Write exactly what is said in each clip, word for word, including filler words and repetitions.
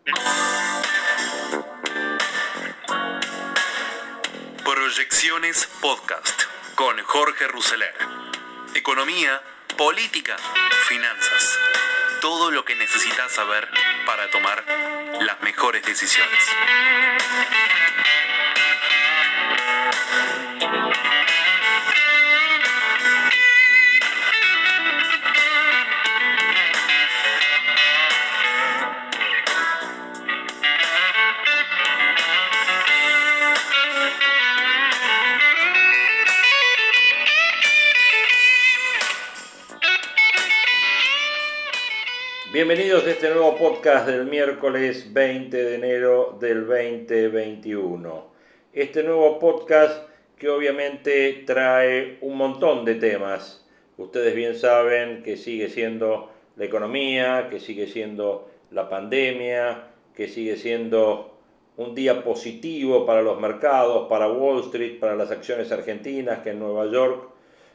Proyecciones Podcast con Jorge Rousseler. Economía, política, finanzas. Todo lo que necesitas saber para tomar las mejores decisiones. Bienvenidos a este nuevo podcast del miércoles veinte de enero del veinte veintiuno. Este nuevo podcast que obviamente trae un montón de temas. Ustedes bien saben que sigue siendo la economía, que sigue siendo la pandemia, que sigue siendo un día positivo para los mercados, para Wall Street, para las acciones argentinas que en Nueva York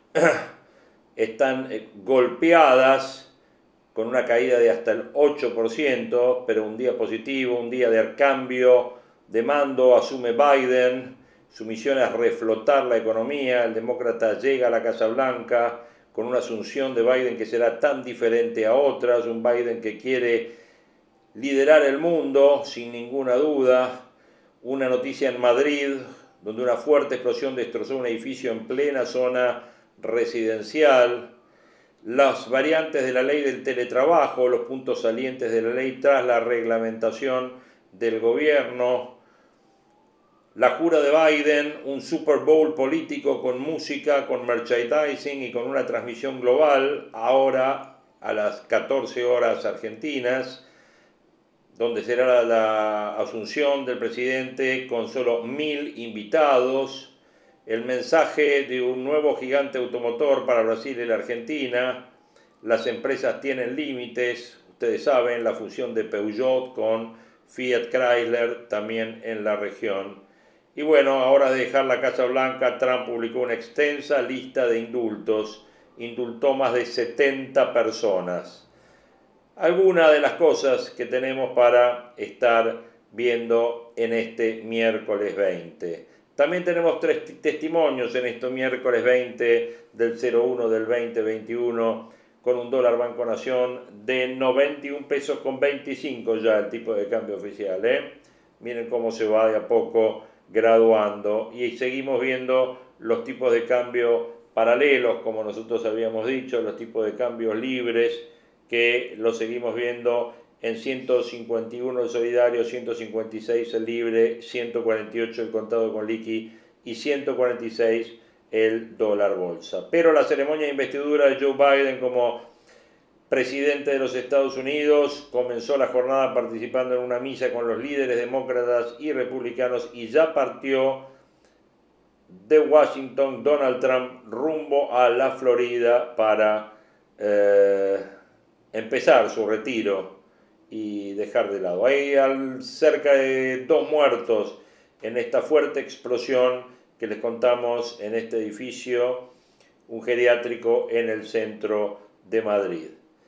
están golpeadas con una caída de hasta el ocho por ciento, pero un día positivo, un día de cambio de mando, asume Biden, su misión es reflotar la economía, el demócrata llega a la Casa Blanca con una asunción de Biden que será tan diferente a otras, un Biden que quiere liderar el mundo sin ninguna duda, una noticia en Madrid donde una fuerte explosión destrozó un edificio en plena zona residencial, las variantes de la ley del teletrabajo, los puntos salientes de la ley tras la reglamentación del gobierno, la jura de Biden, un Super Bowl político con música, con merchandising y con una transmisión global, ahora a las catorce horas argentinas, donde será la, la asunción del presidente con solo mil invitados, el mensaje de un nuevo gigante automotor para Brasil y la Argentina. Las empresas tienen límites, ustedes saben, la fusión de Peugeot con Fiat Chrysler también en la región. Y bueno, ahora de dejar la Casa Blanca, Trump publicó una extensa lista de indultos, indultó más de setenta personas. Algunas de las cosas que tenemos para estar viendo en este miércoles veinte. También tenemos tres testimonios en este miércoles veinte del cero uno del veinte veintiuno con un dólar Banco Nación de noventa y un pesos con veinticinco ya el tipo de cambio oficial. ¿eh? Miren cómo se va de a poco graduando y seguimos viendo los tipos de cambio paralelos, como nosotros habíamos dicho, los tipos de cambios libres que los seguimos viendo en ciento cincuenta y uno el solidario, ciento cincuenta y seis el libre, ciento cuarenta y ocho el contado con liqui y ciento cuarenta y seis el dólar bolsa. Pero la ceremonia de investidura de Joe Biden como presidente de los Estados Unidos comenzó la jornada participando en una misa con los líderes demócratas y republicanos y ya partió de Washington Donald Trump rumbo a la Florida para eh, empezar su retiro y dejar de lado. Hay cerca de dos muertos en esta fuerte explosión que les contamos en este edificio, un geriátrico en el centro de Madrid.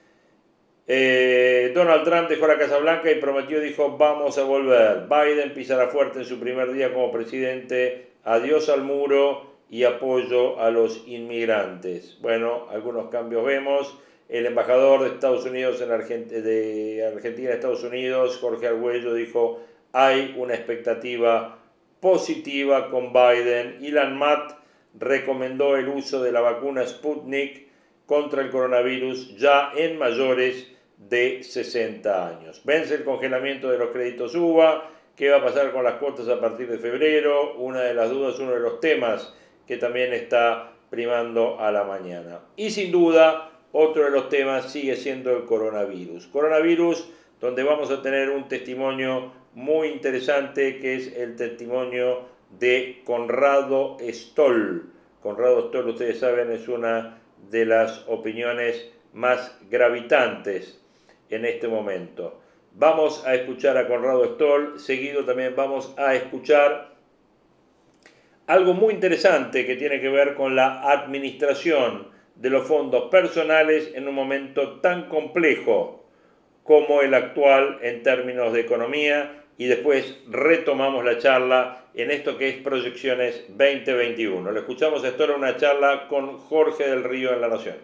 Eh, Donald Trump dejó la Casa Blanca y prometió, dijo, vamos a volver. Biden pisará fuerte en su primer día como presidente, adiós al muro y apoyo a los inmigrantes. Bueno, algunos cambios vemos. El embajador de Estados Unidos en Argent- de Argentina, Estados Unidos, Jorge Argüello, dijo, hay una expectativa positiva con Biden. Ilan Matt recomendó el uso de la vacuna Sputnik contra el coronavirus ya en mayores de sesenta años. Vence el congelamiento de los créditos U V A. ¿Qué va a pasar con las cuotas a partir de febrero? Una de las dudas, uno de los temas que también está primando a la mañana. Y sin duda, otro de los temas sigue siendo el coronavirus. Coronavirus, donde vamos a tener un testimonio muy interesante, que es el testimonio de Conrado Stoll. Conrado Stoll, ustedes saben, es una de las opiniones más gravitantes en este momento. Vamos a escuchar a Conrado Stoll, seguido también vamos a escuchar algo muy interesante que tiene que ver con la administración de los fondos personales en un momento tan complejo como el actual en términos de economía, y después retomamos la charla en esto que es Proyecciones veinte veintiuno. Le escuchamos esto, era una charla con Jorge del Río en La Nación.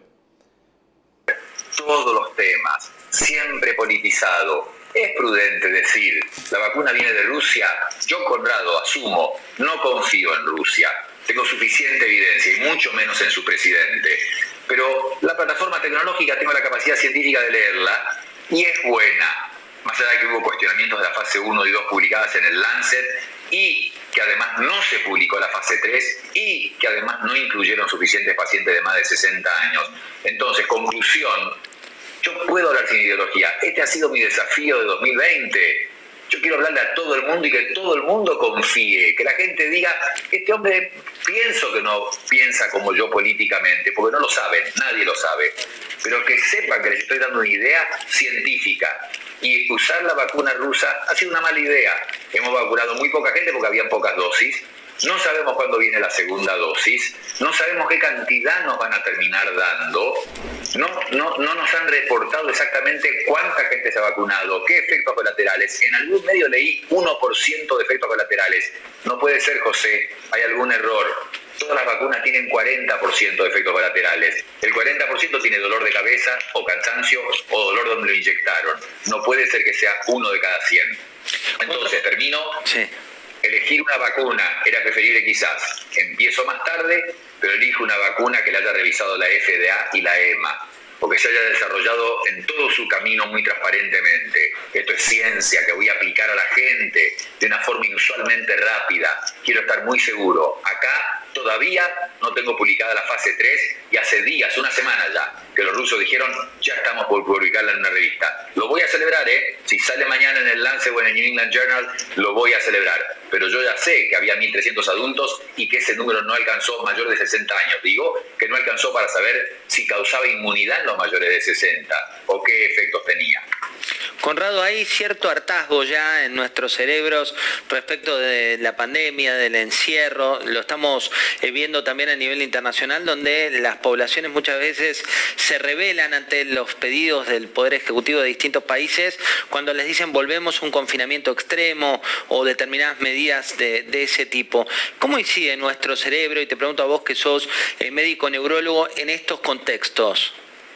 Todos los temas, siempre politizado. Es prudente decir, la vacuna viene de Rusia. Yo, Conrado, asumo, no confío en Rusia. Tengo suficiente evidencia y mucho menos en su presidente. Pero la plataforma tecnológica, tengo la capacidad científica de leerla y es buena. Más allá de que hubo cuestionamientos de la fase uno y dos publicadas en el Lancet y que además no se publicó la fase tres y que además no incluyeron suficientes pacientes de más de sesenta años. Entonces, conclusión, yo puedo hablar sin ideología. Este ha sido mi desafío de dos mil veinte. Yo quiero hablarle a todo el mundo y que todo el mundo confíe, que la gente diga, este hombre pienso que no piensa como yo políticamente, porque no lo saben, nadie lo sabe, pero que sepan que les estoy dando una idea científica. Y usar la vacuna rusa ha sido una mala idea. Hemos vacunado muy poca gente porque habían pocas dosis. No sabemos cuándo viene la segunda dosis. No sabemos qué cantidad nos van a terminar dando. No, no, no nos han reportado exactamente cuánta gente se ha vacunado, qué efectos colaterales. En algún medio leí uno por ciento de efectos colaterales. No puede ser, José. Hay algún error. Todas las vacunas tienen cuarenta por ciento de efectos colaterales. El cuarenta por ciento tiene dolor de cabeza o cansancio o dolor donde lo inyectaron. No puede ser que sea uno de cada cien. Entonces, termino. Sí. Elegir una vacuna era preferible quizás. Empiezo más tarde, pero elijo una vacuna que la haya revisado la F D A y la E M A, porque se haya desarrollado en todo su camino muy transparentemente. Esto es ciencia que voy a aplicar a la gente de una forma inusualmente rápida. Quiero estar muy seguro. Acá todavía no tengo publicada la fase tres y hace días, una semana ya, que los rusos dijeron ya estamos por publicarla en una revista. Lo voy a celebrar, ¿eh? Si sale mañana en el Lancet o en el New England Journal, lo voy a celebrar. Pero yo ya sé que había mil trescientos adultos y que ese número no alcanzó mayor de sesenta años. Digo que no alcanzó para saber si causaba inmunidad en los mayores de sesenta o qué efectos tenía. Conrado, hay cierto hartazgo ya en nuestros cerebros respecto de la pandemia, del encierro. Lo estamos eh, viendo también a nivel internacional, donde las poblaciones muchas veces se rebelan ante los pedidos del Poder Ejecutivo de distintos países cuando les dicen volvemos a un confinamiento extremo o determinadas medidas de, de ese tipo. ¿Cómo incide nuestro cerebro? Y te pregunto a vos que sos eh, médico neurólogo en estos contextos.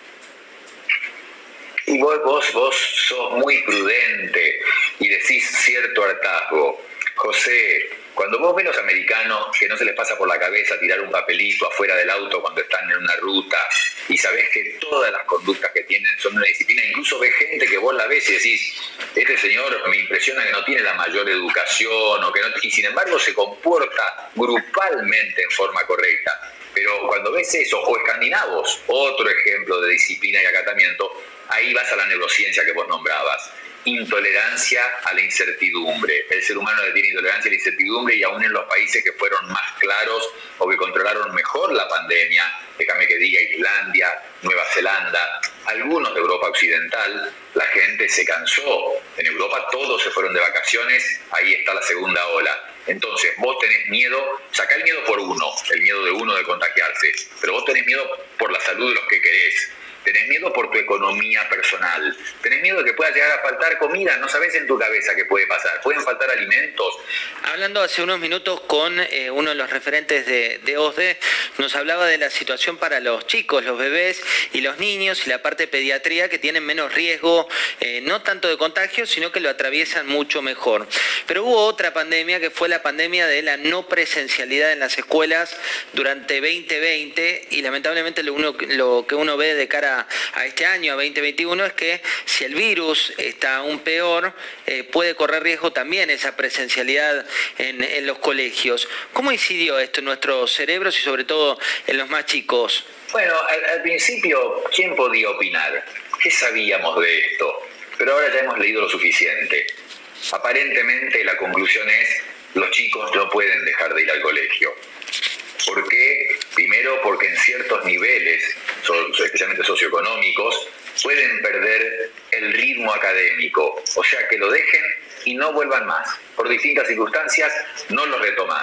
Y vos, vos, vos sos muy prudente y decís cierto hartazgo. José, cuando vos ves los americanos que no se les pasa por la cabeza tirar un papelito afuera del auto cuando están en una ruta y sabés que todas las conductas que tienen son una disciplina, incluso ves gente que vos la ves y decís, este señor me impresiona que no tiene la mayor educación o que no, y sin embargo se comporta grupalmente en forma correcta. Pero cuando ves eso, o escandinavos, otro ejemplo de disciplina y acatamiento, ahí vas a la neurociencia que vos nombrabas. Intolerancia a la incertidumbre. El ser humano le tiene intolerancia a la incertidumbre y aún en los países que fueron más claros o que controlaron mejor la pandemia, déjame que diga Islandia, Nueva Zelanda, algunos de Europa Occidental, la gente se cansó. En Europa todos se fueron de vacaciones, ahí está la segunda ola. Entonces, vos tenés miedo, sacá el miedo por uno, el miedo de uno de contagiarse, pero vos tenés miedo por la salud de los que querés. Tenés miedo por tu economía personal. Tenés miedo de que pueda llegar a faltar comida. No sabés en tu cabeza qué puede pasar. Pueden faltar alimentos. Hablando hace unos minutos con eh, uno de los referentes de, de O S D E, nos hablaba de la situación para los chicos, los bebés y los niños y la parte de pediatría que tienen menos riesgo, eh, no tanto de contagio, sino que lo atraviesan mucho mejor. Pero hubo otra pandemia que fue la pandemia de la no presencialidad en las escuelas durante veinte veinte y lamentablemente lo, uno, lo que uno ve de cara a este año, a veinte veintiuno, es que si el virus está aún peor, eh, puede correr riesgo también esa presencialidad en, en los colegios. ¿Cómo incidió esto en nuestros cerebros y sobre todo en los más chicos? Bueno, al, al principio, ¿quién podía opinar? ¿Qué sabíamos de esto? Pero ahora ya hemos leído lo suficiente. Aparentemente la conclusión es, los chicos no pueden dejar de ir al colegio. ¿Por qué? Primero porque en ciertos niveles, especialmente socioeconómicos, pueden perder el ritmo académico, o sea que lo dejen y no vuelvan más. Por distintas circunstancias no lo retomás.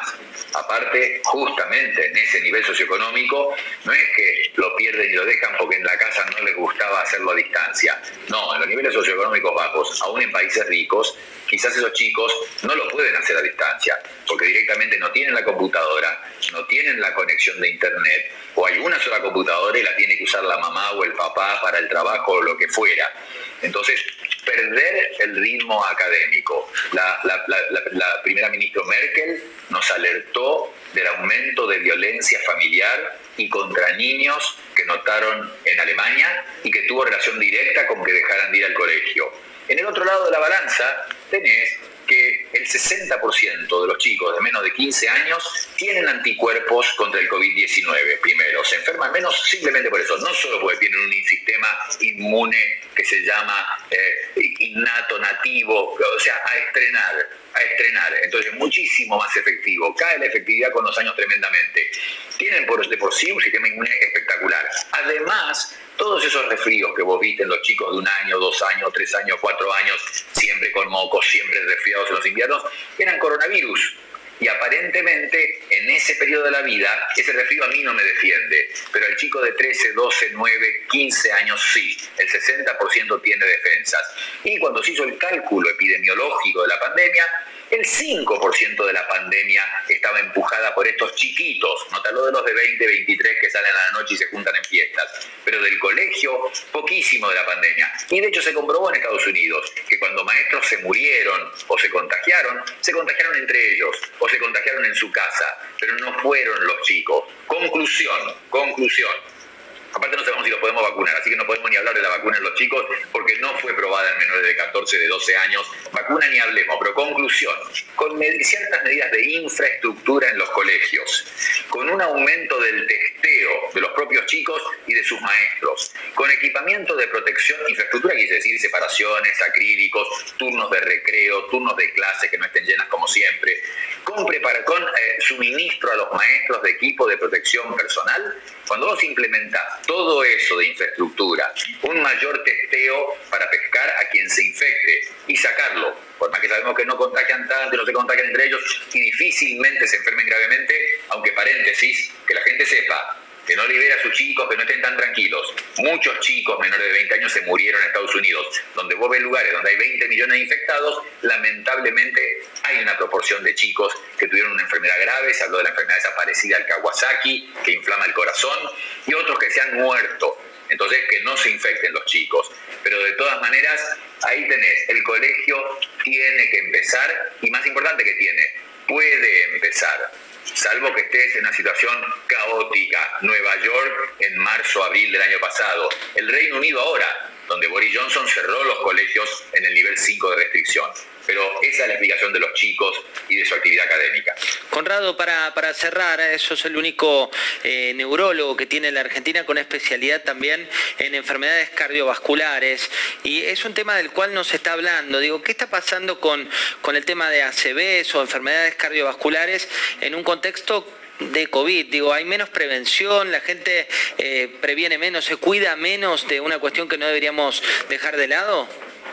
Aparte, justamente en ese nivel socioeconómico, no es que lo pierden y lo dejan porque en la casa no les gustaba hacerlo a distancia. No, en los niveles socioeconómicos bajos, aún en países ricos, quizás esos chicos no lo pueden hacer a distancia, porque directamente no tienen la computadora, no tienen la conexión de internet, o hay una sola computadora y la tiene que usar la mamá o el papá para el trabajo o lo que fuera. Entonces, perder el ritmo académico. La, la, la, la, la primera ministra Merkel nos alertó del aumento de violencia familiar y contra niños que notaron en Alemania y que tuvo relación directa con que dejaran de ir al colegio. En el otro lado de la balanza tenés que el sesenta por ciento de los chicos de menos de quince años tienen anticuerpos contra el COVID diecinueve. Primero, se enferman menos simplemente por eso, no solo porque tienen un sistema inmune que se llama eh, innato, nativo, o sea, a estrenar, a estrenar. Entonces, muchísimo más efectivo. Cae la efectividad con los años tremendamente. Tienen por, de por sí un sistema inmune espectacular. Además, todos esos resfríos que vos viste en los chicos de un año, dos años, tres años, cuatro años, siempre con mocos, siempre resfriados en los inviernos, eran coronavirus. Y aparentemente, en ese periodo de la vida, ese resfrío a mí no me defiende. Pero el chico de trece, doce, nueve, quince años sí. El sesenta por ciento tiene defensas. Y cuando se hizo el cálculo epidemiológico de la pandemia, el cinco por ciento de la pandemia estaba empujada por estos chiquitos, no te hablo de los de veinte, veintitrés que salen a la noche y se juntan en fiestas, pero del colegio, poquísimo de la pandemia. Y de hecho se comprobó en Estados Unidos que cuando maestros se murieron o se contagiaron, se contagiaron entre ellos o se contagiaron en su casa, pero no fueron los chicos. Conclusión, conclusión. Aparte no sabemos si los podemos vacunar, así que no podemos ni hablar de la vacuna en los chicos porque no fue probada en menores de catorce, de doce años. Vacuna ni hablemos, pero conclusión, con med- ciertas medidas de infraestructura en los colegios, con un aumento del testeo de los propios chicos y de sus maestros, con equipamiento de protección, infraestructura quise decir separaciones, acrílicos, turnos de recreo, turnos de clase que no estén llenas como siempre, con, prepara- con eh, suministro a los maestros de equipo de protección personal. Cuando vos implementás todo eso de infraestructura, un mayor testeo para pescar a quien se infecte y sacarlo, por más que sabemos que no contagian tanto, no se contagian entre ellos y difícilmente se enfermen gravemente, aunque paréntesis, que la gente sepa que no libera a sus chicos, que no estén tan tranquilos. Muchos chicos menores de veinte años se murieron en Estados Unidos, donde vos ves lugares donde hay veinte millones de infectados, lamentablemente hay una proporción de chicos que tuvieron una enfermedad grave, se habló de la enfermedad desaparecida del Kawasaki, que inflama el corazón, y otros que se han muerto. Entonces, que no se infecten los chicos. Pero de todas maneras, ahí tenés, el colegio tiene que empezar, y más importante que tiene, puede empezar. Salvo que estés en una situación caótica. Nueva York en marzo, abril del año pasado. El Reino Unido ahora, donde Boris Johnson cerró los colegios en el nivel cinco de restricción. Pero esa es la explicación de los chicos y de su actividad académica. Conrado, para, para cerrar, sos el único eh, neurólogo que tiene la Argentina con especialidad también en enfermedades cardiovasculares y es un tema del cual nos está hablando. Digo, ¿qué está pasando con, con el tema de A C Vs o enfermedades cardiovasculares en un contexto de COVID? Digo, hay menos prevención, la gente eh, previene menos, se cuida menos de una cuestión que no deberíamos dejar de lado.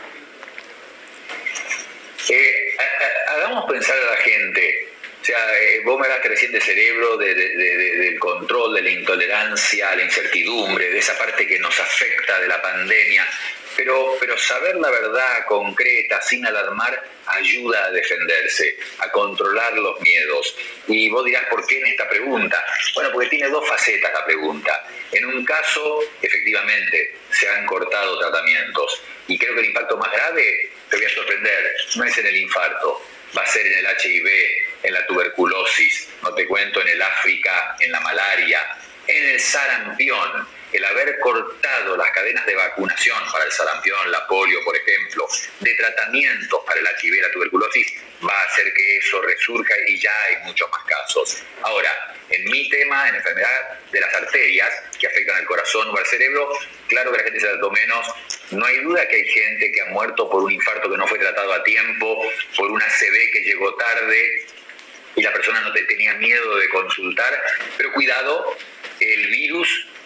Eh, ha, ha, hagamos pensar a la gente. O sea, eh, vos me hablaste recién de cerebro, de, de, de, de, del control, de la intolerancia, la incertidumbre, de esa parte que nos afecta de la pandemia. Pero, pero saber la verdad concreta, sin alarmar, ayuda a defenderse, a controlar los miedos. Y vos dirás, ¿por qué en esta pregunta? Bueno, porque tiene dos facetas la pregunta. En un caso, efectivamente, se han cortado tratamientos. Y creo que el impacto más grave, te voy a sorprender, no es en el infarto, va a ser en el H I V, en la tuberculosis, no te cuento, en el África, en la malaria, en el sarampión. El haber cortado las cadenas de vacunación para el sarampión, la polio, por ejemplo, de tratamientos para el H I V, la tuberculosis, va a hacer que eso resurja y ya hay muchos más casos. Ahora, en mi tema, en enfermedad de las arterias que afectan al corazón o al cerebro, claro que la gente se trató menos. No hay duda que hay gente que ha muerto por un infarto que no fue tratado a tiempo, por una A C V que llegó tarde y la persona no te tenía miedo de consultar. Pero cuidado, el virus ha favorecido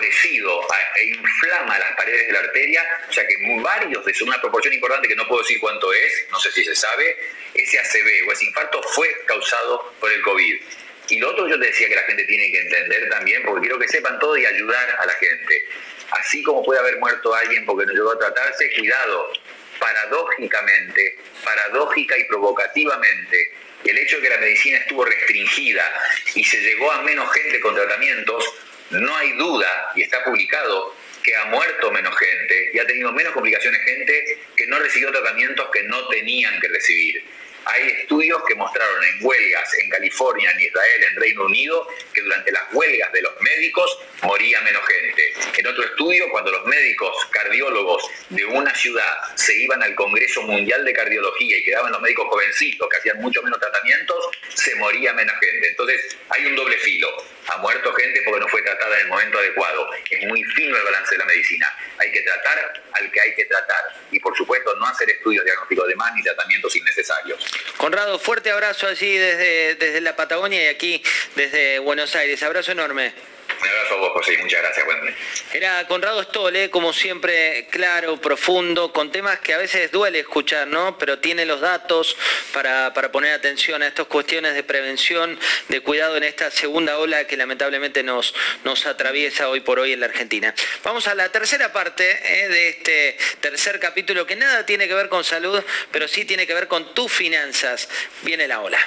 endurecido e inflama las paredes de la arteria, o sea que varios de una proporción importante, que no puedo decir cuánto es, no sé si se sabe, ese A C V o ese infarto fue causado por el COVID. Y lo otro yo te decía que la gente tiene que entender también, porque quiero que sepan todo y ayudar a la gente. Así como puede haber muerto alguien porque no llegó a tratarse, cuidado, paradójicamente, paradójica y provocativamente, el hecho de que la medicina estuvo restringida y se llegó a menos gente con tratamientos, no hay duda, y está publicado, que ha muerto menos gente y ha tenido menos complicaciones gente que no recibió tratamientos que no tenían que recibir. Hay estudios que mostraron en huelgas en California, en Israel, en Reino Unido, que durante las huelgas de los médicos moría menos gente. En otro estudio, cuando los médicos cardiólogos de una ciudad se iban al Congreso Mundial de Cardiología y quedaban los médicos jovencitos que hacían mucho menos tratamientos, se moría menos gente. Entonces hay un doble filo. Ha muerto gente porque no fue tratada en el momento adecuado. Es muy fino el balance de la medicina. Hay que tratar al que hay que tratar. Y por supuesto no hacer estudios diagnósticos de más ni tratamientos innecesarios. Conrado, fuerte abrazo allí desde, desde la Patagonia y aquí desde Buenos Aires. Abrazo enorme. Un abrazo a vos, José, muchas gracias. Buen día. Era Conrado Stoll, ¿eh? Como siempre, claro, profundo, con temas que a veces duele escuchar, ¿no? Pero tiene los datos para, para poner atención a estas cuestiones de prevención, de cuidado en esta segunda ola que lamentablemente nos, nos atraviesa hoy por hoy en la Argentina. Vamos a la tercera parte ¿eh? de este tercer capítulo, que nada tiene que ver con salud, pero sí tiene que ver con tus finanzas. Viene la ola.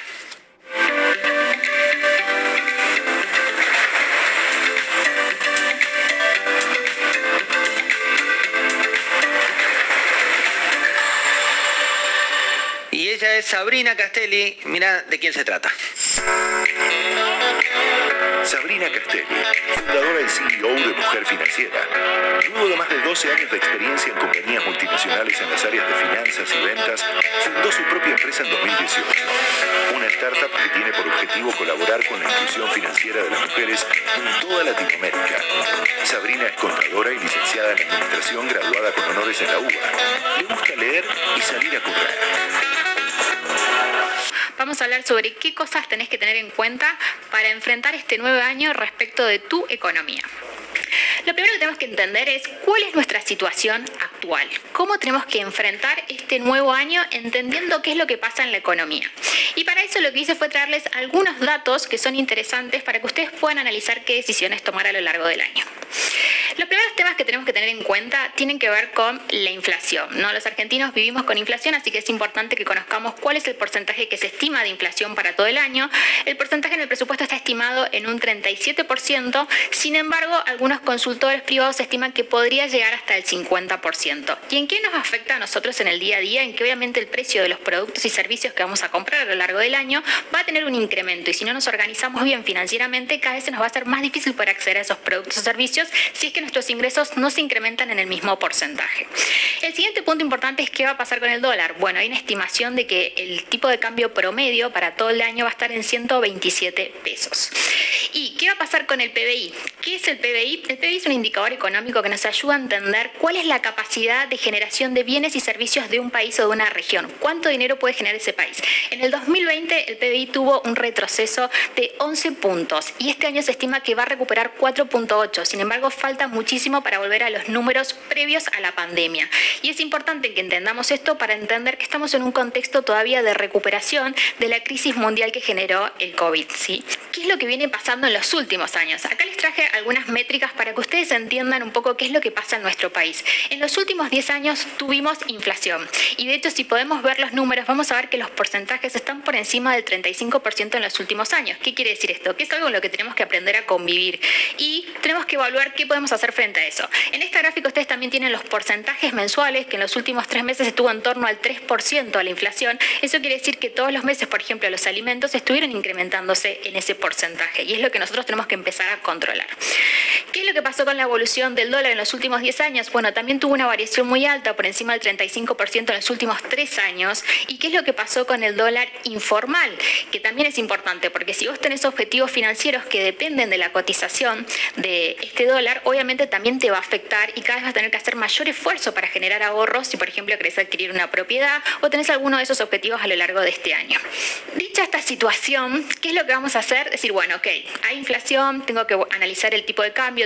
Y ella es Sabrina Castelli. Mira de quién se trata. Sabrina Castelli, fundadora y C E O de Mujer Financiera. Luego de más de doce años de experiencia en compañías multinacionales en las áreas de finanzas y ventas, fundó su propia empresa en dos mil dieciocho. Una startup que tiene por objetivo colaborar con la inclusión financiera de las mujeres en toda Latinoamérica. Sabrina es contadora y licenciada en Administración, graduada con honores en la U B A. Le gusta leer y salir a correr. Vamos a hablar sobre qué cosas tenés que tener en cuenta para enfrentar este nuevo año respecto de tu economía. Lo primero que tenemos que entender es cuál es nuestra situación actual, cómo tenemos que enfrentar este nuevo año entendiendo qué es lo que pasa en la economía. Y para eso lo que hice fue traerles algunos datos que son interesantes para que ustedes puedan analizar qué decisiones tomar a lo largo del año. Los primeros temas que tenemos que tener en cuenta tienen que ver con la inflación, ¿no? Los argentinos vivimos con inflación, así que es importante que conozcamos cuál es el porcentaje que se estima de inflación para todo el año. El porcentaje en el presupuesto está estimado en un treinta y siete por ciento, sin embargo, algunos consultores privados estiman que podría llegar hasta el cincuenta por ciento. ¿Y en qué nos afecta a nosotros en el día a día? En que obviamente el precio de los productos y servicios que vamos a comprar a lo largo del año va a tener un incremento, y si no nos organizamos bien financieramente, cada vez se nos va a hacer más difícil poder acceder a esos productos o servicios si es que nuestros ingresos no se incrementan en el mismo porcentaje. El siguiente punto importante es qué va a pasar con el dólar. Bueno, hay una estimación de que el tipo de cambio promedio para todo el año va a estar en ciento veintisiete pesos. ¿Y qué va a pasar con el P B I? ¿Qué es el P B I? El P B I es un indicador económico que nos ayuda a entender cuál es la capacidad de generación de bienes y servicios de un país o de una región. ¿Cuánto dinero puede generar ese país? En el dos mil veinte el P B I tuvo un retroceso de once puntos y este año se estima que va a recuperar cuatro punto ocho. Sin embargo, falta muchísimo para volver a los números previos a la pandemia. Y es importante que entendamos esto para entender que estamos en un contexto todavía de recuperación de la crisis mundial que generó el COVID, ¿sí? ¿Qué es lo que viene pasando en los últimos años? Acá les traje algunas métricas para que ustedes entiendan un poco qué es lo que pasa en nuestro país. En los últimos diez años tuvimos inflación y de hecho si podemos ver los números vamos a ver que los porcentajes están por encima del treinta y cinco por ciento en los últimos años. ¿Qué quiere decir esto? Que es algo en lo que tenemos que aprender a convivir y tenemos que evaluar qué podemos hacer frente a eso. En esta gráfica ustedes también tienen los porcentajes mensuales, que en los últimos tres meses estuvo en torno al tres por ciento a la inflación. Eso quiere decir que todos los meses, por ejemplo, los alimentos estuvieron incrementándose en ese porcentaje y es lo que nosotros tenemos que empezar a controlar. ¿Qué es lo que pasó con la evolución del dólar en los últimos diez años? Bueno, también tuvo una variación muy alta, por encima del treinta y cinco por ciento en los últimos tres años. ¿Y qué es lo que pasó con el dólar informal? Que también es importante, porque si vos tenés objetivos financieros que dependen de la cotización de este dólar, obviamente también te va a afectar y cada vez vas a tener que hacer mayor esfuerzo para generar ahorros si, por ejemplo, querés adquirir una propiedad o tenés alguno de esos objetivos a lo largo de este año. Dicha esta situación, ¿qué es lo que vamos a hacer? Decir, bueno, ok, hay inflación, tengo que analizar el tipo de cambio,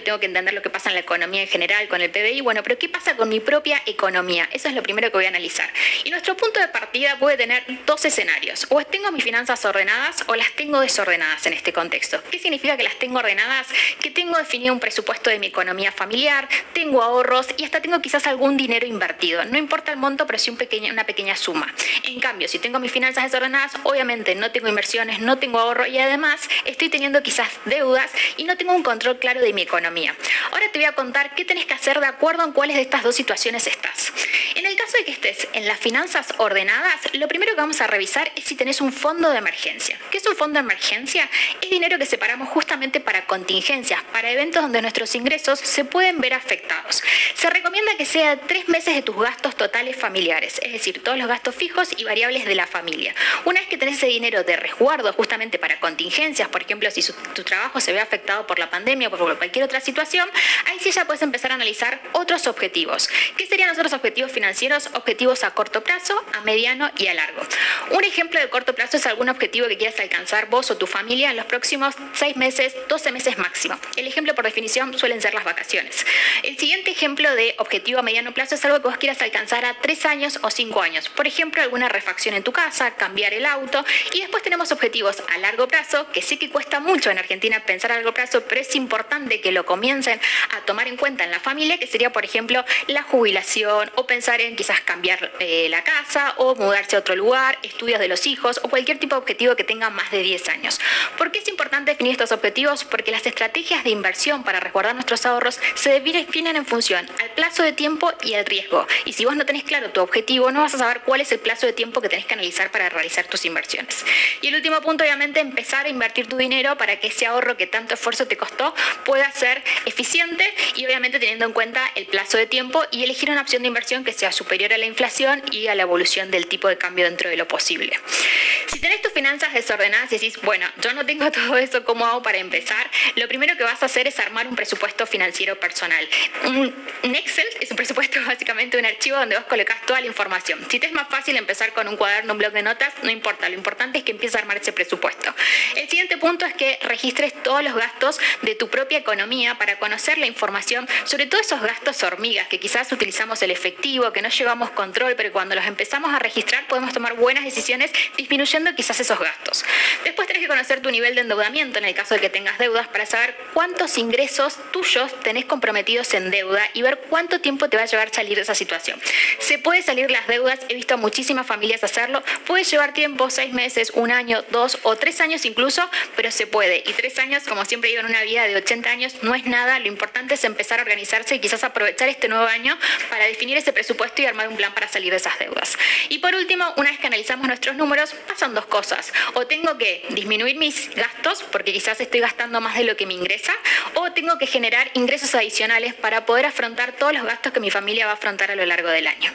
obvio tengo que entender lo que pasa en la economía en general, con el P B I, bueno, pero ¿qué pasa con mi propia economía? Eso es lo primero que voy a analizar. Y nuestro punto de partida puede tener dos escenarios. O tengo mis finanzas ordenadas o las tengo desordenadas en este contexto. ¿Qué significa que las tengo ordenadas? Que tengo definido un presupuesto de mi economía familiar, tengo ahorros y hasta tengo quizás algún dinero invertido. No importa el monto, pero sí un pequeño, una pequeña suma. En cambio, si tengo mis finanzas desordenadas, obviamente no tengo inversiones, no tengo ahorro y además estoy teniendo quizás deudas y no tengo un control claro de mi economía. Ahora te voy a contar qué tenés que hacer de acuerdo en cuáles de estas dos situaciones estás. En el caso de que estés en las finanzas ordenadas, lo primero que vamos a revisar es si tenés un fondo de emergencia. ¿Qué es un fondo de emergencia? Es dinero que separamos justamente para contingencias, para eventos donde nuestros ingresos se pueden ver afectados. Se recomienda que sea tres meses de tus gastos totales familiares, es decir, todos los gastos fijos y variables de la familia. Una vez que tenés ese dinero de resguardo justamente para contingencias, por ejemplo, si su, tu trabajo se ve afectado por la pandemia o por cualquier otra situación, ahí sí ya puedes empezar a analizar otros objetivos. ¿Qué serían los otros objetivos financieros? Objetivos a corto plazo, a mediano y a largo. Un ejemplo de corto plazo es algún objetivo que quieras alcanzar vos o tu familia en los próximos seis meses, doce meses máximo. El ejemplo por definición suelen ser las vacaciones. El siguiente ejemplo de objetivo a mediano plazo es algo que vos quieras alcanzar a tres años o cinco años. Por ejemplo, alguna refacción en tu casa, cambiar el auto. Y después tenemos objetivos a largo plazo, que sí que cuesta mucho en Argentina pensar a largo plazo, pero es importante que lo comiencen a tomar en cuenta en la familia, que sería, por ejemplo, la jubilación o pensar en quizás cambiar eh, la casa o mudarse a otro lugar, estudios de los hijos o cualquier tipo de objetivo que tenga más de diez años. ¿Por qué es importante definir estos objetivos? Porque las estrategias de inversión para resguardar nuestros ahorros se definen en función al plazo de tiempo y al riesgo. Y si vos no tenés claro tu objetivo, no vas a saber cuál es el plazo de tiempo que tenés que analizar para realizar tus inversiones. Y el último punto, obviamente, empezar a invertir tu dinero para que ese ahorro que tanto esfuerzo te costó pueda ser eficiente y obviamente teniendo en cuenta el plazo de tiempo y elegir una opción de inversión que sea superior a la inflación y a la evolución del tipo de cambio dentro de lo posible. Si tenés tus finanzas desordenadas y decís, bueno, yo no tengo todo eso, ¿cómo hago para empezar? Lo primero que vas a hacer es armar un presupuesto financiero personal. Un, un Excel es un presupuesto, básicamente un archivo donde vos colocás toda la información. Si te es más fácil empezar con un cuaderno, un blog de notas, no importa, lo importante es que empieces a armar ese presupuesto. El siguiente punto es que registres todos los gastos de tu propia economía para conocer la información sobre todos esos gastos hormigas, que quizás utilizamos el efectivo, que no llevamos control, pero cuando los empezamos a registrar podemos tomar buenas decisiones disminuyendo quizás esos gastos. Después tenés que conocer tu nivel de endeudamiento en el caso de que tengas deudas para saber cuántos ingresos tuyos tenés comprometidos en deuda y ver cuánto tiempo te va a llevar salir de esa situación. Se puede salir las deudas, he visto a muchísimas familias hacerlo, puede llevar tiempo, seis meses, un año, dos o tres años incluso, pero se puede. Y tres años, como siempre digo, en una vida de ochenta años no es nada, lo importante es empezar a organizarse y quizás aprovechar este nuevo año para definir ese presupuesto y armar un plan para salir de esas deudas. Y por último, una vez que analizamos nuestros números, pasan dos cosas. O tengo que disminuir mis gastos, porque quizás estoy gastando más de lo que me ingresa, o tengo que generar ingresos adicionales para poder afrontar todos los gastos que mi familia va a afrontar a lo largo del año.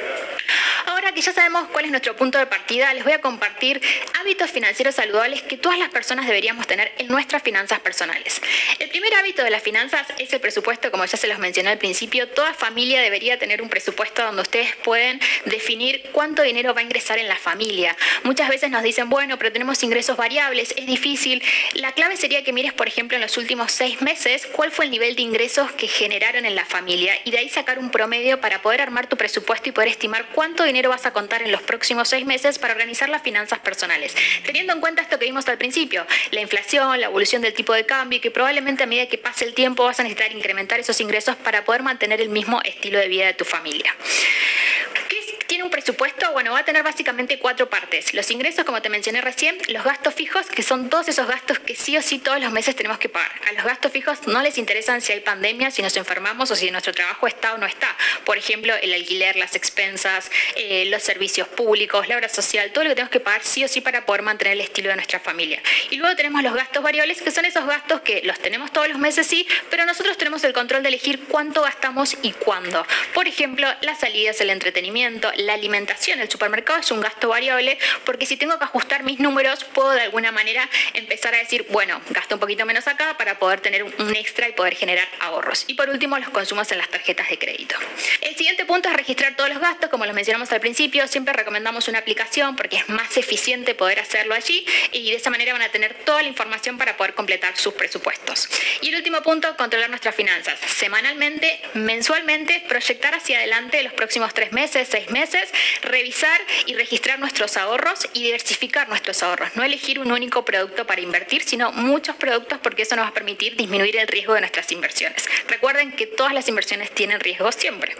Ahora que ya sabemos cuál es nuestro punto de partida, les voy a compartir hábitos financieros saludables que todas las personas deberíamos tener en nuestras finanzas personales. El primer hábito de las finanzas es el presupuesto, como ya se los mencioné al principio. Toda familia debería tener un presupuesto donde ustedes pueden definir cuánto dinero va a ingresar en la familia. Muchas veces nos dicen, bueno, pero tenemos ingresos variables, es difícil. La clave sería que mires, por ejemplo, en los últimos seis meses, cuál fue el nivel de ingresos que generaron en la familia y de ahí sacar un promedio para poder armar tu presupuesto y poder estimar cuánto dinero vas a contar en los próximos seis meses para organizar las finanzas personales. Teniendo en cuenta esto que vimos al principio, la inflación, la evolución del tipo de cambio y que probablemente a medida que pase el tiempo vas a necesitar incrementar esos ingresos para poder mantener el mismo estilo de vida de tu familia. ¿Tiene un presupuesto? Bueno, va a tener básicamente cuatro partes. Los ingresos, como te mencioné recién, los gastos fijos, que son todos esos gastos que sí o sí todos los meses tenemos que pagar. A los gastos fijos no les interesan si hay pandemia, si nos enfermamos o si nuestro trabajo está o no está. Por ejemplo, el alquiler, las expensas, eh, los servicios públicos, la obra social, todo lo que tenemos que pagar sí o sí para poder mantener el estilo de nuestra familia. Y luego tenemos los gastos variables, que son esos gastos que los tenemos todos los meses, sí, pero nosotros tenemos el control de elegir cuánto gastamos y cuándo. Por ejemplo, las salidas, el entretenimiento, la alimentación. El supermercado es un gasto variable porque si tengo que ajustar mis números puedo de alguna manera empezar a decir, bueno, gasto un poquito menos acá para poder tener un extra y poder generar ahorros. Y por último, los consumos en las tarjetas de crédito. El siguiente punto es registrar todos los gastos, como los mencionamos al principio. Siempre recomendamos una aplicación porque es más eficiente poder hacerlo allí y de esa manera van a tener toda la información para poder completar sus presupuestos. Y el último punto, controlar nuestras finanzas. Semanalmente, mensualmente, proyectar hacia adelante los próximos tres meses, seis meses, revisar y registrar nuestros ahorros y diversificar nuestros ahorros. No elegir un único producto para invertir, sino muchos productos porque eso nos va a permitir disminuir el riesgo de nuestras inversiones. Recuerden que todas las inversiones tienen riesgo siempre.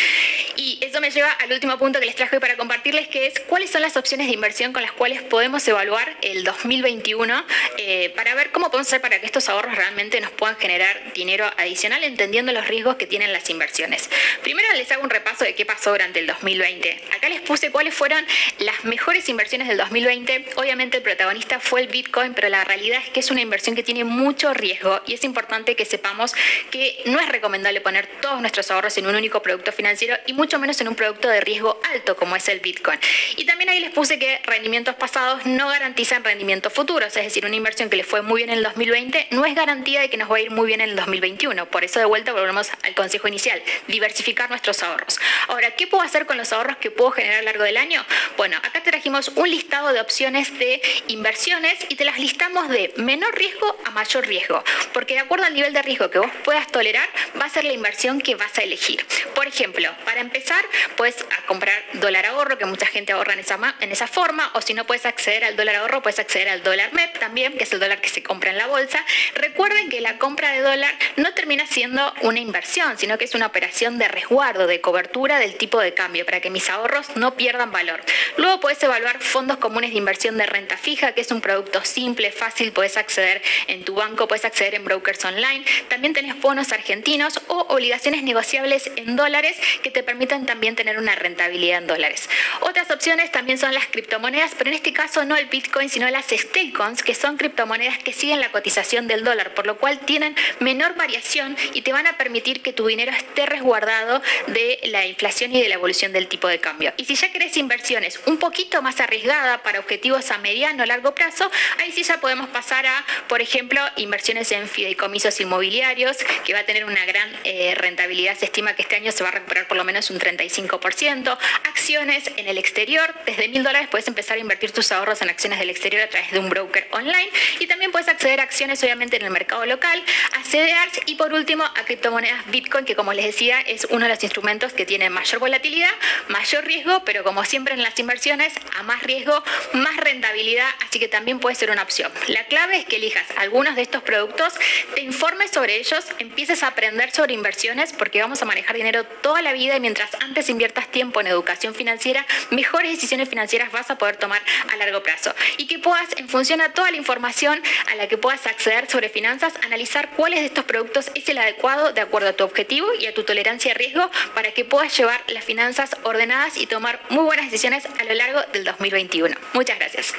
Y eso me lleva al último punto que les traje hoy para compartirles, que es cuáles son las opciones de inversión con las cuales podemos evaluar el dos mil veintiuno eh, para ver cómo podemos hacer para que estos ahorros realmente nos puedan generar dinero adicional, entendiendo los riesgos que tienen las inversiones. Primero les hago un repaso de qué pasó durante el dos mil veinte. Acá les puse cuáles fueron las mejores inversiones del dos mil veinte. Obviamente el protagonista fue el Bitcoin, pero la realidad es que es una inversión que tiene mucho riesgo y es importante que sepamos que no es recomendable poner todos nuestros ahorros en un único producto financiero y mucho menos en un producto de riesgo alto como es el Bitcoin. Y también ahí les puse que rendimientos pasados no garantizan rendimientos futuros, es decir, una inversión que les fue muy bien en el dos mil veinte no es garantía de que nos va a ir muy bien en el dos mil veintiuno. Por eso de vuelta volvemos al consejo inicial, diversificar nuestros ahorros. Ahora, ¿qué puedo hacer con los ahorros que puedo generar a lo largo del año? Bueno, acá te trajimos un listado de opciones de inversiones y te las listamos de menor riesgo a mayor riesgo, porque de acuerdo al nivel de riesgo que vos puedas tolerar, va a ser la inversión que vas a elegir. Por ejemplo, para empezar, puedes comprar dólar ahorro, que mucha gente ahorra en esa, en esa forma, o si no puedes acceder al dólar ahorro, puedes acceder al dólar M E P también, que es el dólar que se compra en la bolsa. Recuerden que la compra de dólar no termina siendo una inversión, sino que es una operación de resguardo, de cobertura del tipo de cambio, para que mis ahorros no pierdan valor. Luego puedes evaluar fondos comunes de inversión de renta fija, que es un producto simple, fácil, puedes acceder en tu banco, puedes acceder en brokers online. También tenés bonos argentinos o obligaciones negociables en dólares que te permiten también tener una rentabilidad en dólares. Otras opciones también son las criptomonedas, pero en este caso no el Bitcoin, sino las stablecoins, que son criptomonedas que siguen la cotización del dólar, por lo cual tienen menor variación y te van a permitir que tu dinero esté resguardado de la inflación y de la evolución del tipo de cambio. Y si ya querés inversiones un poquito más arriesgadas para objetivos a mediano o largo plazo, ahí sí ya podemos pasar a, por ejemplo, inversiones en fideicomisos inmobiliarios, que va a tener una gran eh, rentabilidad. Se estima que este año se va a recuperar por lo menos un treinta y cinco por ciento. Acciones en el exterior, desde mil dólares puedes empezar a invertir tus ahorros en acciones del exterior a través de un broker online y también puedes acceder a acciones obviamente en el mercado local, a C D Rs y por último a criptomonedas Bitcoin, que como les decía es uno de los instrumentos que tiene mayor volatilidad, mayor riesgo, pero como siempre en las inversiones, a más riesgo, más rentabilidad, así que también puede ser una opción. La clave es que elijas algunos de estos productos, te informes sobre ellos, empieces a aprender sobre inversiones porque vamos a manejar dinero toda la vida y mientras antes inviertas tiempo en educación financiera, mejores decisiones financieras vas a poder tomar a largo plazo. Y que puedas, en función a toda la información a la que puedas acceder sobre finanzas, analizar cuáles de estos productos es el adecuado de acuerdo a tu objetivo y a tu tolerancia a riesgo para que puedas llevar las finanzas ordenadas y tomar muy buenas decisiones a lo largo del dos mil veintiuno. Muchas gracias.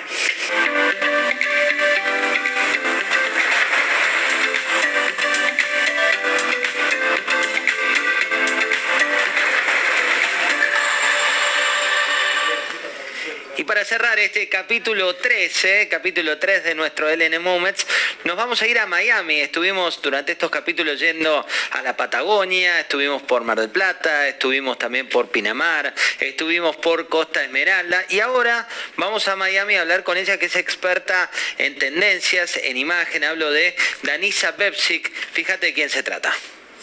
Y para cerrar este capítulo trece, capítulo tres de nuestro L N Moments, nos vamos a ir a Miami. Estuvimos durante estos capítulos yendo a la Patagonia, estuvimos por Mar del Plata, estuvimos también por Pinamar, estuvimos por Costa Esmeralda y ahora vamos a Miami a hablar con ella, que es experta en tendencias, en imagen. Hablo de Danisa Bebsic. Fíjate de quién se trata.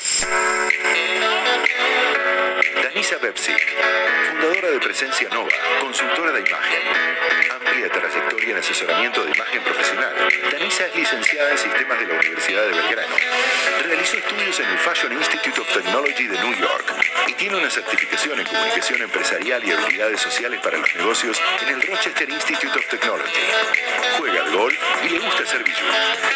Danisa Bebsic, fundadora de Presencia Nova, consultora de imagen. Amplia trayectoria en asesoramiento de imagen profesional. Danisa es licenciada en Sistemas de la Universidad de Belgrano. Realizó estudios en el Fashion Institute of Technology de New York y tiene una certificación en comunicación empresarial y habilidades sociales para los negocios en el Rochester Institute of Technology. Juega al golf y le gusta hacer bijú.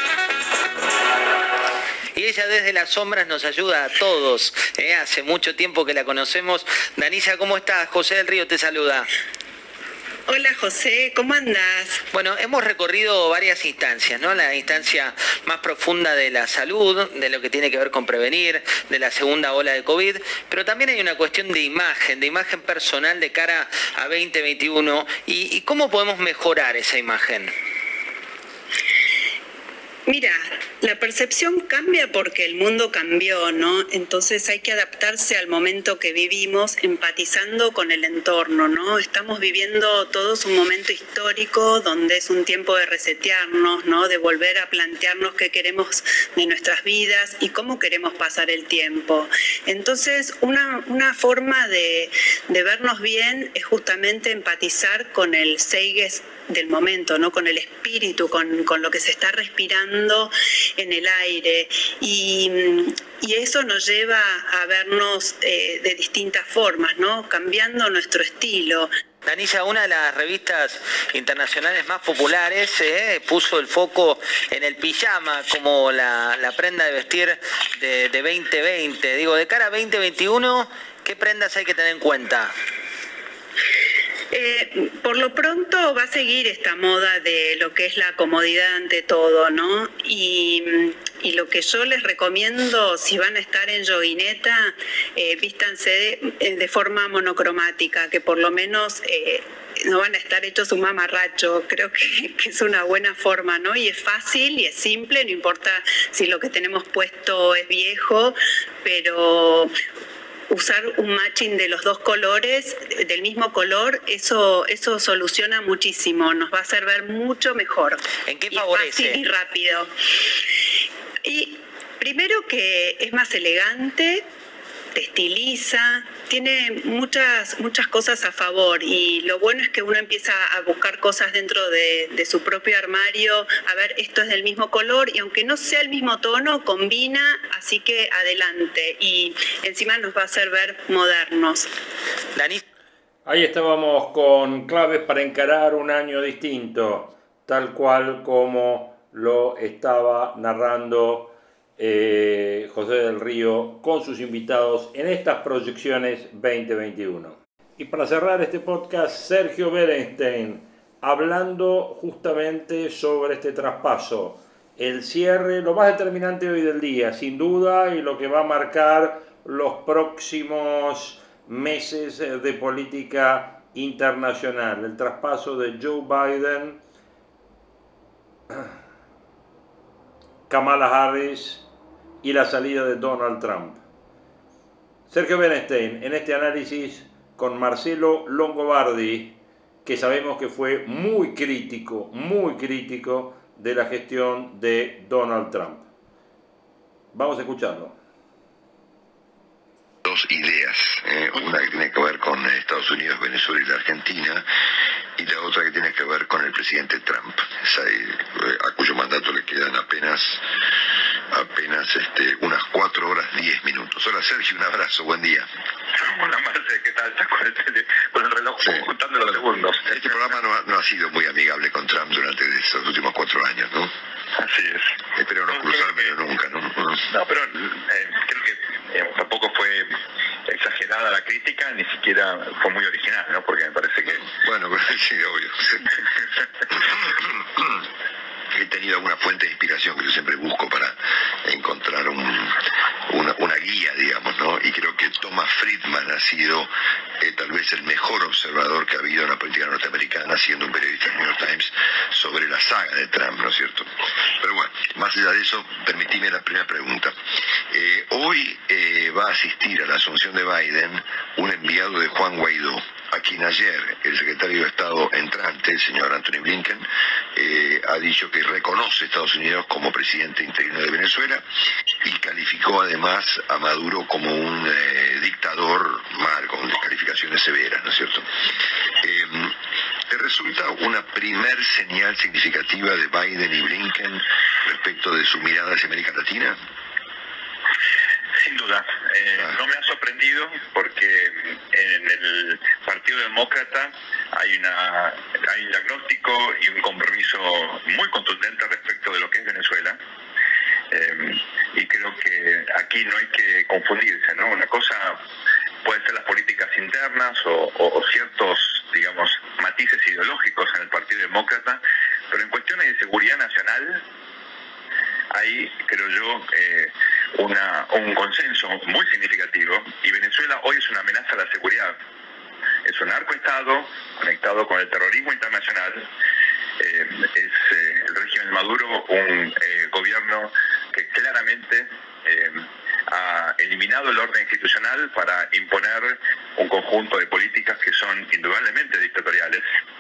Y ella desde las sombras nos ayuda a todos. ¿eh? Hace mucho tiempo que la conocemos. Danisa, ¿cómo estás? José del Río te saluda. Hola José, ¿cómo andás? Bueno, hemos recorrido varias instancias, ¿no? La instancia más profunda de la salud, de lo que tiene que ver con prevenir, de la segunda ola de COVID, pero también hay una cuestión de imagen, de imagen personal de cara a veinte veintiuno. ¿Y, y cómo podemos mejorar esa imagen? Mira, la percepción cambia porque el mundo cambió, ¿no? Entonces hay que adaptarse al momento que vivimos, empatizando con el entorno, ¿no? Estamos viviendo todos un momento histórico donde es un tiempo de resetearnos, ¿no? De volver a plantearnos qué queremos de nuestras vidas y cómo queremos pasar el tiempo. Entonces, una, una forma de, de vernos bien es justamente empatizar con el Seiges del momento, ¿no? Con el espíritu, con, con lo que se está respirando en el aire, y, y eso nos lleva a vernos eh, de distintas formas, ¿no? Cambiando nuestro estilo. Danilla, una de las revistas internacionales más populares eh, puso el foco en el pijama como la, la prenda de vestir de, de veinte veinte. Digo, de cara a veinte veintiuno, ¿qué prendas hay que tener en cuenta? Eh, por lo pronto va a seguir esta moda de lo que es la comodidad ante todo, ¿no? Y, y lo que yo les recomiendo, si van a estar en joguineta, eh, vístanse de, de forma monocromática, que por lo menos eh, no van a estar hechos un mamarracho. Creo que, que es una buena forma, ¿no? Y es fácil y es simple, no importa si lo que tenemos puesto es viejo, pero usar un matching de los dos colores, del mismo color, eso eso soluciona muchísimo, nos va a hacer ver mucho mejor. ¿En qué y favorece? Es fácil y rápido. Y primero que es más elegante, te estiliza, tiene muchas muchas cosas a favor, y lo bueno es que uno empieza a buscar cosas dentro de, de su propio armario, a ver, esto es del mismo color, y aunque no sea el mismo tono, combina, así que adelante, y encima nos va a hacer ver modernos. Dani. Ahí estábamos con claves para encarar un año distinto, tal cual como lo estaba narrando Eh, José del Río con sus invitados en estas proyecciones veinte veintiuno. Y para cerrar este podcast, Sergio Berenstein, hablando justamente sobre este traspaso, el cierre, lo más determinante hoy del día, sin duda, y lo que va a marcar los próximos meses de política internacional, el traspaso de Joe Biden, Kamala Harris y la salida de Donald Trump. Sergio Berenstein en este análisis con Marcelo Longobardi, que sabemos que fue muy crítico, muy crítico de la gestión de Donald Trump. Vamos a escucharlo. Dos ideas, eh, una que tiene que ver con Estados Unidos, Venezuela y la Argentina, y la otra que tiene que ver con el presidente Trump, a cuyo mandato le quedan apenas apenas este, unas cuatro horas diez minutos. Hola Sergio, un abrazo, buen día. Hola Marce, ¿qué tal? Estás con el, tele, con el reloj sí, contando los segundos. Este programa no ha, no ha sido muy amigable con Trump durante estos últimos cuatro años, ¿no? Así es. Espero no, no cruzarme que, nunca, ¿no? No, pero eh, creo que eh, tampoco fue exagerada la crítica, ni siquiera fue muy original, ¿no? Porque me parece que... Bueno, sí, obvio. He tenido alguna fuente de inspiración que yo siempre busco para encontrar un, una, una guía, digamos, ¿no? Y creo que Thomas Friedman ha sido eh, tal vez el mejor observador que ha habido en la política norteamericana, siendo un periodista del New York Times, sobre la saga de Trump, ¿no es cierto? Pero bueno, más allá de eso, permitime la primera pregunta. Eh, hoy eh, va a asistir a la asunción de Biden un enviado de Juan Guaidó, a quien ayer el secretario de Estado entrante, el señor Anthony Blinken, eh, ha dicho que reconoce a Estados Unidos como presidente interino de Venezuela y calificó además a Maduro como un eh, dictador mal, con descalificaciones severas, ¿no es cierto? Eh, ¿Te resulta una primer señal significativa de Biden y Blinken respecto de su mirada hacia América Latina? Sin duda, eh, ah. no me ha sorprendido porque en el Partido Demócrata hay una hay un diagnóstico y un compromiso muy contundente respecto de lo que es Venezuela, eh, y creo que aquí no hay que confundirse, ¿no? Una cosa pueden ser las políticas internas o, o, o ciertos, digamos, matices ideológicos en el Partido Demócrata, pero en cuestiones de seguridad nacional hay, creo yo, eh, una, un consenso muy significativo, y Venezuela hoy es una amenaza a la seguridad. Es un narcoestado conectado con el terrorismo internacional, eh, es eh, el régimen de Maduro un eh, gobierno que claramente eh, ha eliminado el orden institucional para imponer un conjunto de políticas que son indudablemente dictatoriales,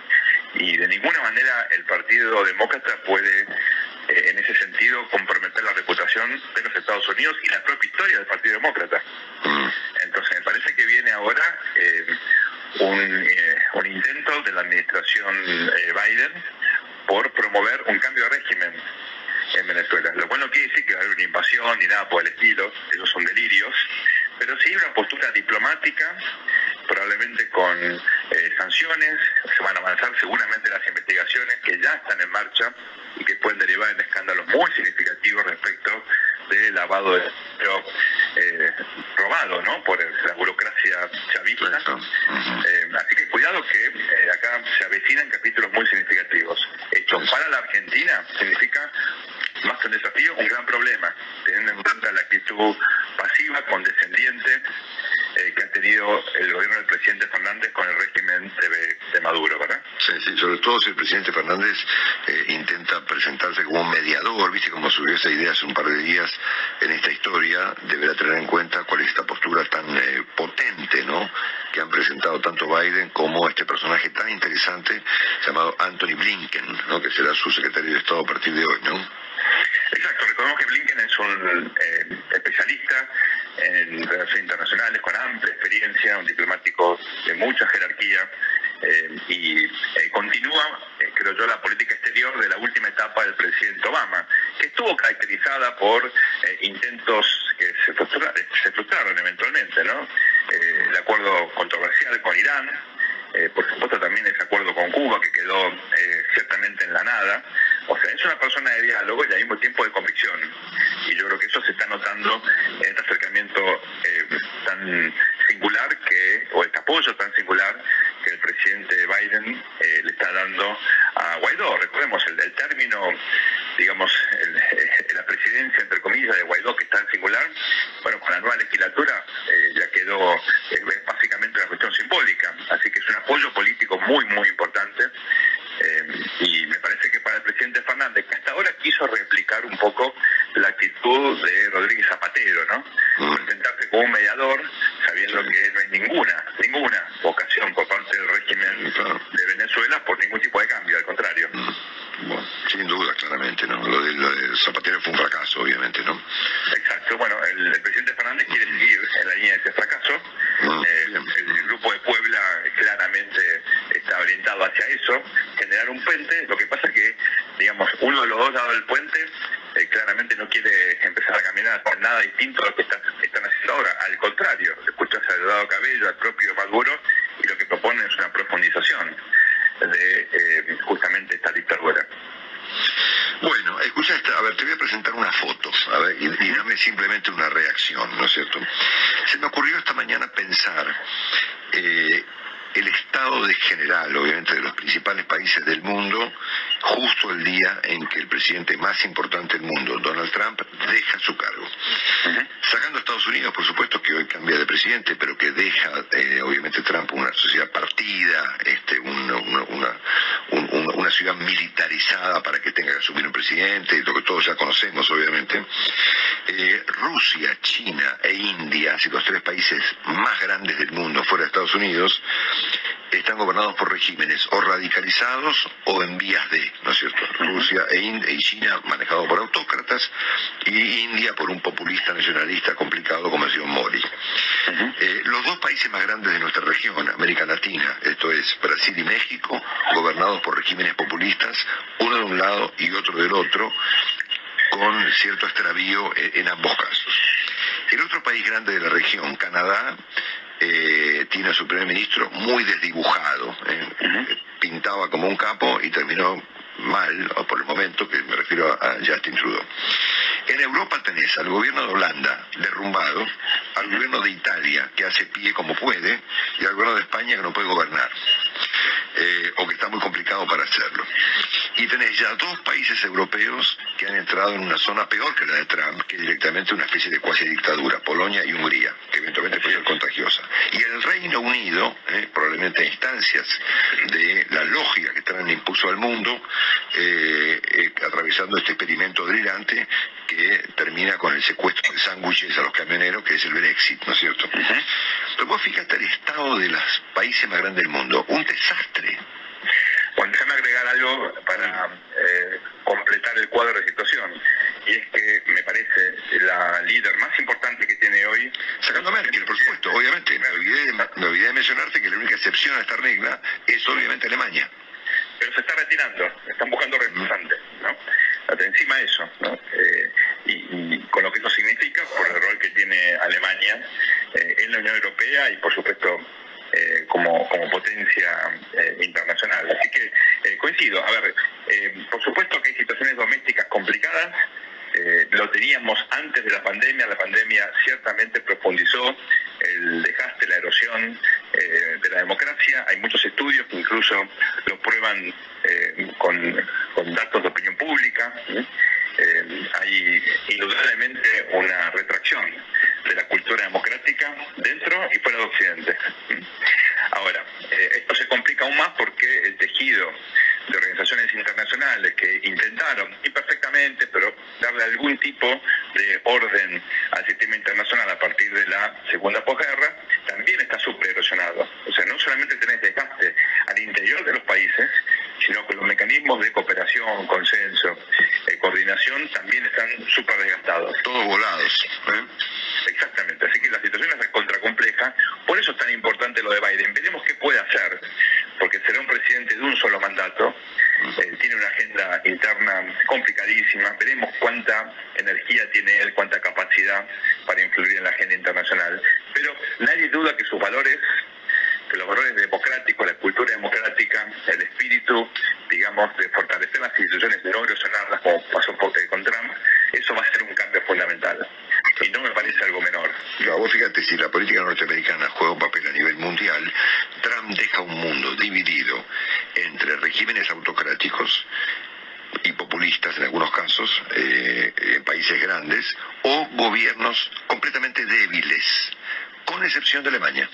y de ninguna manera el Partido Demócrata puede eh, en ese sentido comprometer la reputación de los Estados Unidos y la propia historia del Partido Demócrata. Entonces me parece que viene ahora eh, un, eh, un intento de la administración eh, Biden por promover un cambio de régimen en Venezuela, lo cual no quiere decir que va a haber una invasión ni nada por el estilo, esos son delirios, pero sí una postura diplomática, probablemente con eh, sanciones. Se van a avanzar seguramente las investigaciones que ya están en marcha y que pueden derivar en escándalos muy significativos respecto del lavado de dinero eh, robado, ¿no?, por la burocracia chavista. Eh, así que cuidado que eh, acá se avecinan capítulos muy significativos. Esto para la Argentina significa más que un desafío, un gran problema, teniendo en cuenta la actitud pasiva, condescendiente eh, que ha tenido el gobierno del presidente Fernández con el régimen de, de Maduro, ¿verdad? Sí, sí, sobre todo si el presidente Fernández eh, intenta presentarse como un mediador, viste cómo surgió esa idea hace un par de días en esta historia, deberá tener en cuenta cuál es esta postura tan eh, potente, ¿no?, que han presentado tanto Biden como este personaje tan interesante llamado Anthony Blinken, ¿no?, que será su secretario de Estado a partir de hoy, ¿no? Exacto, recordemos que Blinken es un eh, especialista en relaciones internacionales con amplia experiencia, un diplomático de mucha jerarquía eh, y eh, continúa, eh, creo yo, la política exterior de la última etapa del presidente Obama, que estuvo caracterizada por eh, intentos que se frustraron, se frustraron eventualmente, ¿no? Eh, el acuerdo controversial con Irán, eh, por supuesto también ese acuerdo con Cuba que quedó eh, ciertamente en la nada. O sea, es una persona de diálogo y al mismo tiempo de convicción. Y yo creo que eso se está notando en este acercamiento eh, tan singular, que o este apoyo tan singular que el presidente Biden eh, le está dando a Guaidó. Recordemos, el, el término, digamos, el, eh, la presidencia, entre comillas, de Guaidó, que es tan singular, bueno, con la nueva legislatura eh, ya quedó eh, básicamente una cuestión simbólica. Así que es un apoyo político muy, muy importante. Eh, y me parece que para el presidente Fernández, que hasta ahora quiso replicar un poco la actitud de Rodríguez Zapatero, ¿no? Presentarse como un mediador, sabiendo que no hay ninguna, ninguna vocación por parte del régimen de Venezuela por ningún tipo de cambio, al contrario. Bueno, sin duda, claramente, ¿no? Lo de, lo de Zapatero fue un fracaso, obviamente, ¿no? Exacto, bueno, el, el presidente Fernández quiere seguir en la línea de ese fracaso. Eh, el, el grupo de Puebla claramente está orientado hacia eso, generar un puente. Lo que pasa es que, digamos, uno de los dos lados del puente eh, claramente no quiere empezar a caminar por nada distinto a lo que está, están haciendo ahora. Al contrario, escuchás a Eduardo Cabello, al propio Maduro, y lo que proponen es una profundización de eh, justamente esta dictadura. Bueno, escucha esta, a ver, te voy a presentar una foto, a ver, y, y dame simplemente una reacción, ¿no es cierto? Se me ocurrió esta mañana pensar eh, el estado de general, obviamente, de los principales países del mundo, justo el día en que el presidente más importante del mundo, Donald Trump, deja su cargo. Sacando a Estados Unidos, por supuesto, que hoy cambia de presidente, pero que deja, eh, obviamente, Trump una sociedad partida, este, una, una, una, un, una ciudad militarizada para que tenga que asumir un presidente, lo que todos ya conocemos, obviamente. Eh, Rusia, China e India, así los tres países más grandes del mundo fuera de Estados Unidos, están gobernados por regímenes o radicalizados o en vías de, ¿no es cierto? Rusia e, Ind- y China manejados por autócratas, y India por un populista nacionalista complicado como el señor Modi. Uh-huh. Eh, los dos países más grandes de nuestra región, América Latina, esto es Brasil y México, gobernados por regímenes populistas, uno de un lado y otro del otro, con cierto extravío en, en ambos casos. El otro país grande de la región, Canadá, Eh, tiene a su primer ministro muy desdibujado, eh, pintaba como un capo y terminó mal, o por el momento, que me refiero a, a Justin Trudeau. En Europa tenés al gobierno de Holanda derrumbado, al gobierno de Italia que hace pie como puede, y al gobierno de España que no puede gobernar. eh, o que está muy complicado para hacerlo. Y tenés ya dos países europeos que han entrado en una zona peor que la de Trump, que es directamente una especie de cuasi dictadura, Polonia y Hungría, que eventualmente puede ser contagiosa. Y el Reino Unido, eh, probablemente a instancias de la lógica que Trump impuso al mundo, eh, eh, atravesando este experimento delirante que termina con el secuestro de sándwiches a los camioneros, que es el Brexit, ¿no es cierto? Uh-huh. Pero vos fíjate el estado de los países más grandes del mundo, un desastre. Bueno, déjame agregar algo para eh, completar el cuadro de situación, y es que me parece la líder más importante que tiene hoy, sacando a Merkel, por supuesto, obviamente, me olvidé, de, me olvidé de mencionarte que la única excepción a esta regla es obviamente Alemania. Pero se está retirando, están buscando reemplazantes, ¿no? Encima de eso, ¿no? Eh, y, y con lo que eso significa, por el rol que tiene Alemania eh, en la Unión Europea y por supuesto eh, como, como potencia eh, internacional. Así que eh, coincido, a ver, eh, por supuesto que hay situaciones domésticas complicadas, eh, lo teníamos antes de la pandemia, la pandemia ciertamente profundizó el desgaste, la erosión eh, de la democracia. Hay muchos estudios que incluso lo prueban eh, con, con datos de opinión pública. ¿sí? Eh, hay indudablemente una retracción de la cultura democrática dentro y fuera de Occidente. ¿sí? Ahora, eh, esto se complica aún más porque el tejido de organizaciones internacionales que intentaron imperfectamente, pero darle algún tipo de orden al sistema internacional a partir de la segunda posguerra, también está súper erosionado. O sea, no solamente tenés desgaste al interior de los países, sino que los mecanismos de cooperación, consenso, eh, coordinación también están súper desgastados. Todos volados. ¿eh? Exactamente, así que la situación es contracompleja, por eso es tan importante lo de Biden. Veremos qué puede hacer, porque será un presidente de un solo mandato, eh, tiene una agenda interna complicadísima, veremos cuánta energía tiene él, cuánta capacidad para influir en la agenda internacional, pero nadie duda que sus valores, que los valores democráticos, la cultura democrática, el espíritu, digamos, de fortalecer las instituciones, de no erosionarlas como pasó con Trump, eso va a ser un cambio fundamental. Y no me parece algo menor. No, vos fíjate, si la política norteamericana juega un papel a nivel mundial, Trump deja un mundo dividido entre regímenes autocráticos y populistas en algunos casos, eh, en países grandes, o gobiernos completamente débiles, con excepción de Alemania.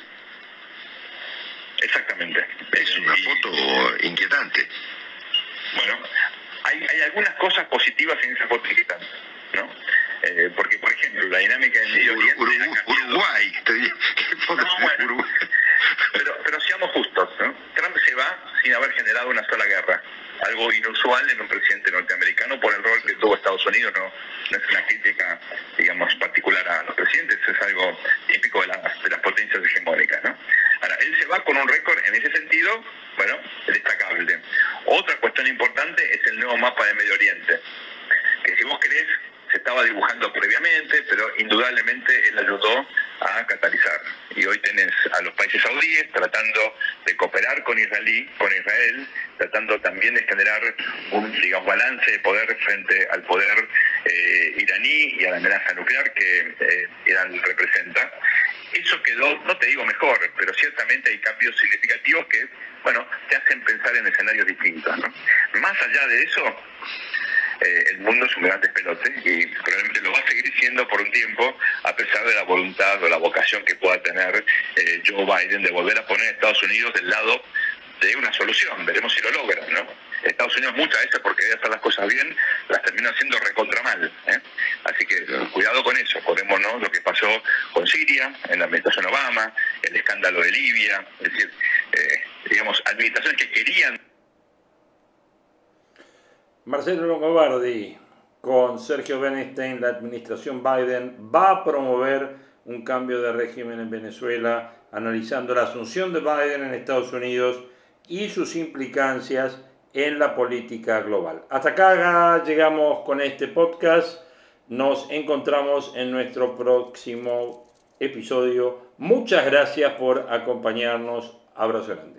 Exactamente. Es una foto inquietante. Bueno, hay, hay algunas cosas positivas en esa foto inquietante, ¿no? Eh, porque, por ejemplo, la dinámica del Medio Oriente... Uruguay, Uruguay, te dije, ¿qué foto no, bueno, Uruguay? Pero, pero seamos justos, ¿no? Trump se va sin haber generado una sola guerra, algo inusual en un presidente norteamericano por el rol que tuvo Estados Unidos. No, no es una crítica, digamos, particular a los presidentes, es algo típico de, la, de las potencias hegemónicas, ¿no? Ahora, él se va con un récord en ese sentido, bueno, destacable. Otra cuestión importante es el nuevo mapa de Medio Oriente, que si vos querés, se estaba dibujando previamente, pero indudablemente él ayudó a catalizar. Y hoy tenés a los países saudíes tratando de cooperar con Israel, con Israel, tratando también de generar un, digamos, balance de poder frente al poder eh, iraní y a la amenaza nuclear que eh, Irán representa. Eso quedó, no te digo mejor, pero ciertamente hay cambios significativos que, bueno, te hacen pensar en escenarios distintos, ¿no? Más allá de eso, Eh, el mundo es un gran despelote y probablemente lo va a seguir siendo por un tiempo, a pesar de la voluntad o la vocación que pueda tener eh, Joe Biden de volver a poner a Estados Unidos del lado de una solución. Veremos si lo logran, ¿no? Estados Unidos muchas veces, porque debe hacer las cosas bien, las termina haciendo recontra mal, ¿eh? Así que cuidado con eso. Acordémonos lo que pasó con Siria en la administración Obama, el escándalo de Libia, es decir, eh, digamos, administraciones que querían. Marcelo Longobardi, con Sergio Bernstein, la administración Biden va a promover un cambio de régimen en Venezuela, analizando la asunción de Biden en Estados Unidos y sus implicancias en la política global. Hasta acá llegamos con este podcast. Nos encontramos en nuestro próximo episodio. Muchas gracias por acompañarnos. Abrazo grande.